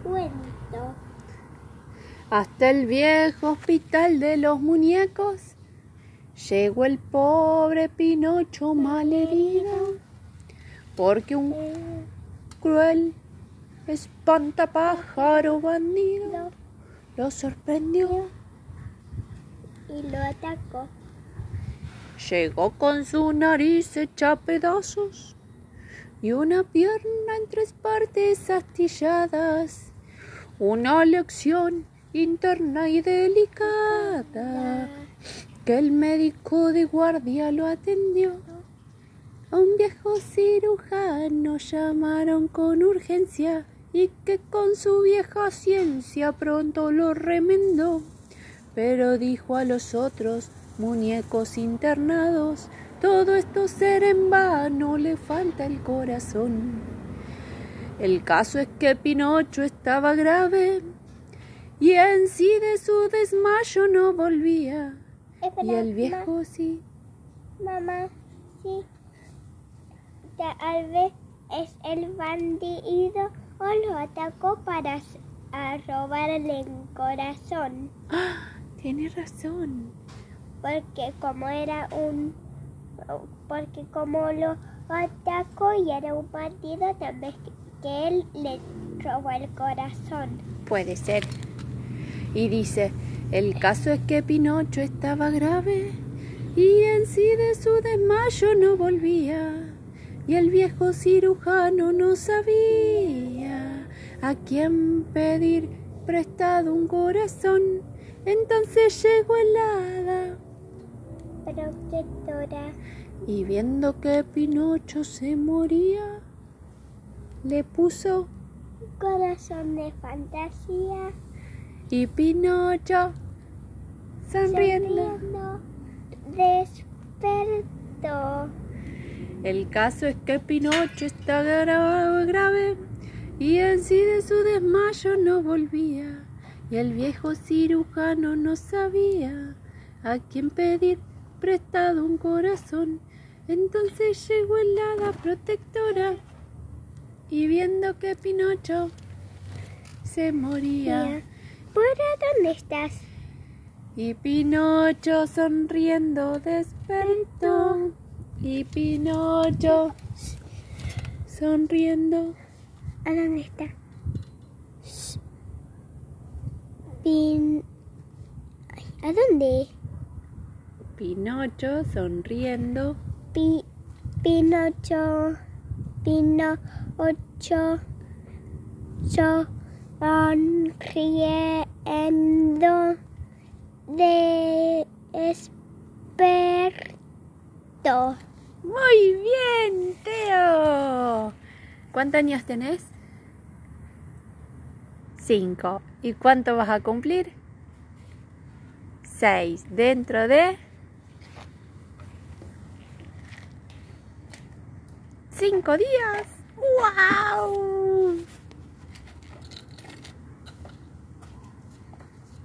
cuento. Hasta el viejo hospital de los muñecos llegó el pobre Pinocho malherido, porque un cruel espantapájaro bandido lo sorprendió Y lo atacó. Llegó con su nariz hecha a pedazos y una pierna en 3 partes astilladas, una lección interna y delicada que el médico de guardia lo atendió. A un viejo cirujano llamaron con urgencia y que con su vieja ciencia pronto lo remendó. Pero dijo a los otros muñecos internados: todo esto será en vano, le falta el corazón. El caso es que Pinocho estaba grave y en sí de su desmayo no volvía. Espera, Y el viejo sí. Mamá, sí. Tal vez es el bandido o lo atacó para robarle el corazón. ¡Ah! Tiene razón. Porque como lo atacó y era un bandido, también que él le robó el corazón. Puede ser. Y dice: el caso es que Pinocho estaba grave y en sí de su desmayo no volvía. Y el viejo cirujano no sabía a quién pedir prestado un corazón. Entonces llegó el hada Protectora. y viendo que Pinocho se moría, le puso Corazón de fantasía. y Pinocho sonriendo despertó. El caso es que Pinocho está grave y en sí de su desmayo no volvía. Y el viejo cirujano no sabía a quién pedir prestado un corazón. Entonces llegó el hada protectora y viendo que Pinocho se moría. ¿Pura dónde estás? Y Pinocho sonriendo despertó. Y Pinocho sonriendo. ¿A dónde está? ¿A dónde? Pinocho sonriendo. Pinocho sonriendo despertó. Muy bien, Teo. ¿Cuántos años tenés? 5. ¿Y cuánto vas a cumplir? 6. Dentro de 5 días. ¡Wow!